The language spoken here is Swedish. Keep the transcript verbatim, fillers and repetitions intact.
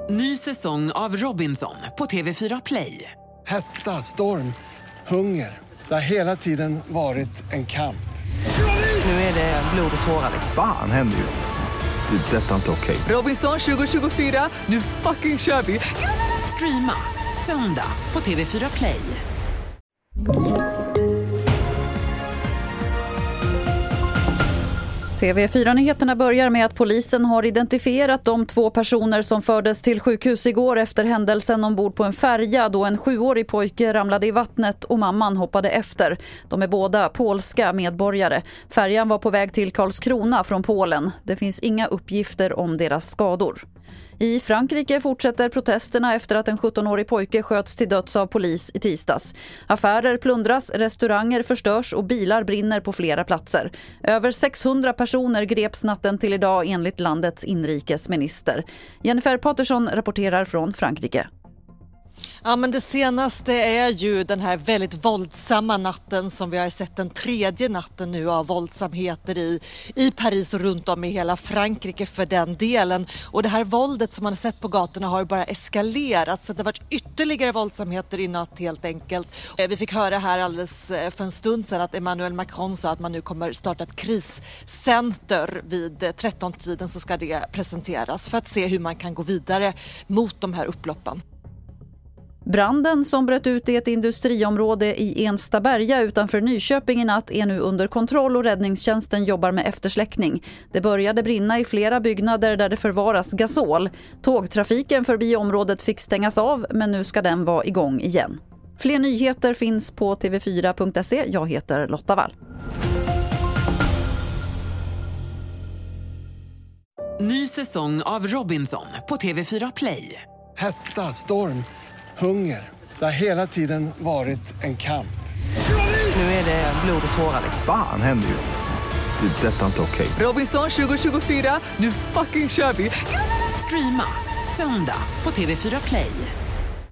Ny säsong av Robinson på T V fyra Play. Hetta, storm, hunger. Det har hela tiden varit en kamp. Nu är det blod och tårar. Fan händer just det. Det är detta inte okej. Robinson tjugo tjugofyra, nu fucking kör vi. Streama söndag på T V fyra Play. T V fyra-nyheterna börjar med att polisen har identifierat de två personer som fördes till sjukhus igår efter händelsen ombord på en färja då en sjuårig pojke ramlade i vattnet och mamman hoppade efter. De är båda polska medborgare. Färjan var på väg till Karlskrona från Polen. Det finns inga uppgifter om deras skador. I Frankrike fortsätter protesterna efter att en sjuttonårig pojke sköts till döds av polis i tisdags. Affärer plundras, restauranger förstörs och bilar brinner på flera platser. Över sexhundra personer greps natten till idag enligt landets inrikesminister. Jennifer Patterson rapporterar från Frankrike. Ja, men det senaste är ju den här väldigt våldsamma natten som vi har sett den tredje natten nu av våldsamheter i, i Paris och runt om i hela Frankrike för den delen. Och det här våldet som man har sett på gatorna har bara eskalerat, så det har varit ytterligare våldsamheter i natt helt enkelt. Vi fick höra här alldeles för en stund sedan att Emmanuel Macron sa att man nu kommer starta ett kriscenter vid tretton-tiden, så ska det presenteras för att se hur man kan gå vidare mot de här upploppen. Branden som bröt ut i ett industriområde i Enstaberga utanför Nyköping i natt är nu under kontroll och räddningstjänsten jobbar med eftersläckning. Det började brinna i flera byggnader där det förvaras gasol. Tågtrafiken förbi området fick stängas av, men nu ska den vara igång igen. Fler nyheter finns på t v fyra punkt se. Jag heter Lotta Wall. Ny säsong av Robinson på T V fyra Play. Hetta, storm, hunger. Det har hela tiden varit en kamp. Nu är det blod och tårar. Fan händer just det. Det är detta inte okej. Robinson tjugo tjugofyra, nu fucking kör vi. Streama söndag på T V fyra Play.